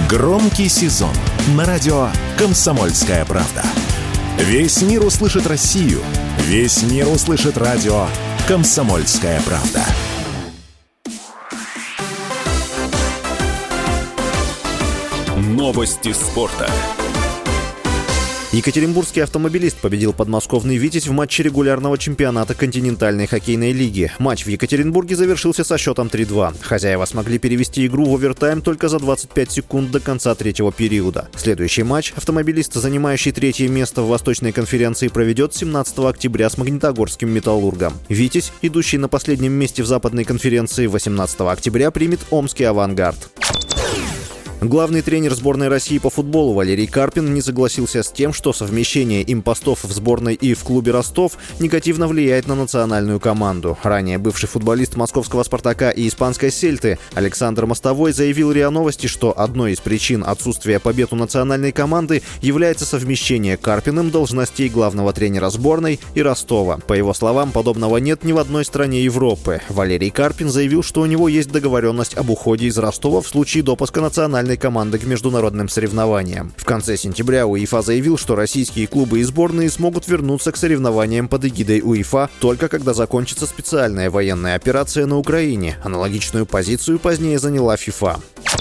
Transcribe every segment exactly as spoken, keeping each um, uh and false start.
Громкий сезон на радио «Комсомольская правда». Весь мир услышит Россию. Весь мир услышит радио «Комсомольская правда». Новости спорта. Екатеринбургский автомобилист победил подмосковный «Витязь» в матче регулярного чемпионата континентальной хоккейной лиги. Матч в Екатеринбурге завершился со счетом три-два. Хозяева смогли перевести игру в овертайм только за двадцать пять секунд до конца третьего периода. Следующий матч автомобилист, занимающий третье место в Восточной конференции, проведет семнадцатого октября с магнитогорским «Металлургом». «Витязь», идущий на последнем месте в Западной конференции, восемнадцатого октября примет омский «Авангард». Главный тренер сборной России по футболу Валерий Карпин не согласился с тем, что совмещение им постов в сборной и в клубе Ростов негативно влияет на национальную команду. Ранее бывший футболист московского «Спартака» и испанской «Сельты Александр Мостовой заявил РИА Новости, что одной из причин отсутствия побед у национальной команды является совмещение Карпиным должностей главного тренера сборной и Ростова. По его словам, подобного нет ни в одной стране Европы. Валерий Карпин заявил, что у него есть договоренность об уходе из Ростова в случае допуска национальной команды к международным соревнованиям. В конце сентября УЕФА заявил, что российские клубы и сборные смогут вернуться к соревнованиям под эгидой УЕФА только когда закончится специальная военная операция на Украине. Аналогичную позицию позднее заняла ФИФА.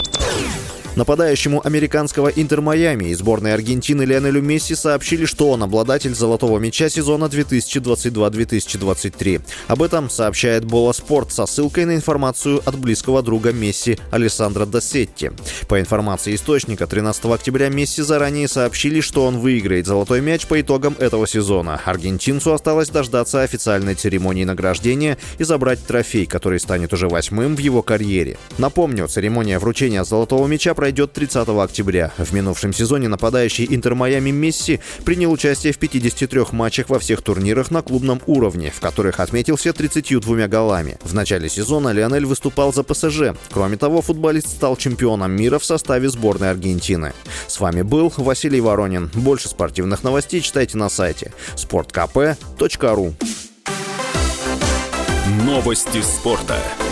Нападающему американского «Интер Майами» и сборной Аргентины Лионелю Месси сообщили, что он обладатель золотого мяча сезона две тысячи двадцать два - две тысячи двадцать три. Об этом сообщает Бола Спорт со ссылкой на информацию от близкого друга Месси Алессандро Доссетти. По информации источника, тринадцатого октября Месси заранее сообщили, что он выиграет золотой мяч по итогам этого сезона. Аргентинцу осталось дождаться официальной церемонии награждения и забрать трофей, который станет уже восьмым в его карьере. Напомню, церемония вручения золотого мяча пройдет тридцатого октября. В минувшем сезоне нападающий «Интер Майами» Месси принял участие в пятидесяти трёх матчах во всех турнирах на клубном уровне, в которых отметился тридцатью двумя голами. В начале сезона Лионель выступал за ПСЖ. Кроме того, футболист стал чемпионом мира в составе сборной Аргентины. С вами был Василий Воронин. Больше спортивных новостей читайте на сайте спорт кэ пэ точка ру. Новости спорта.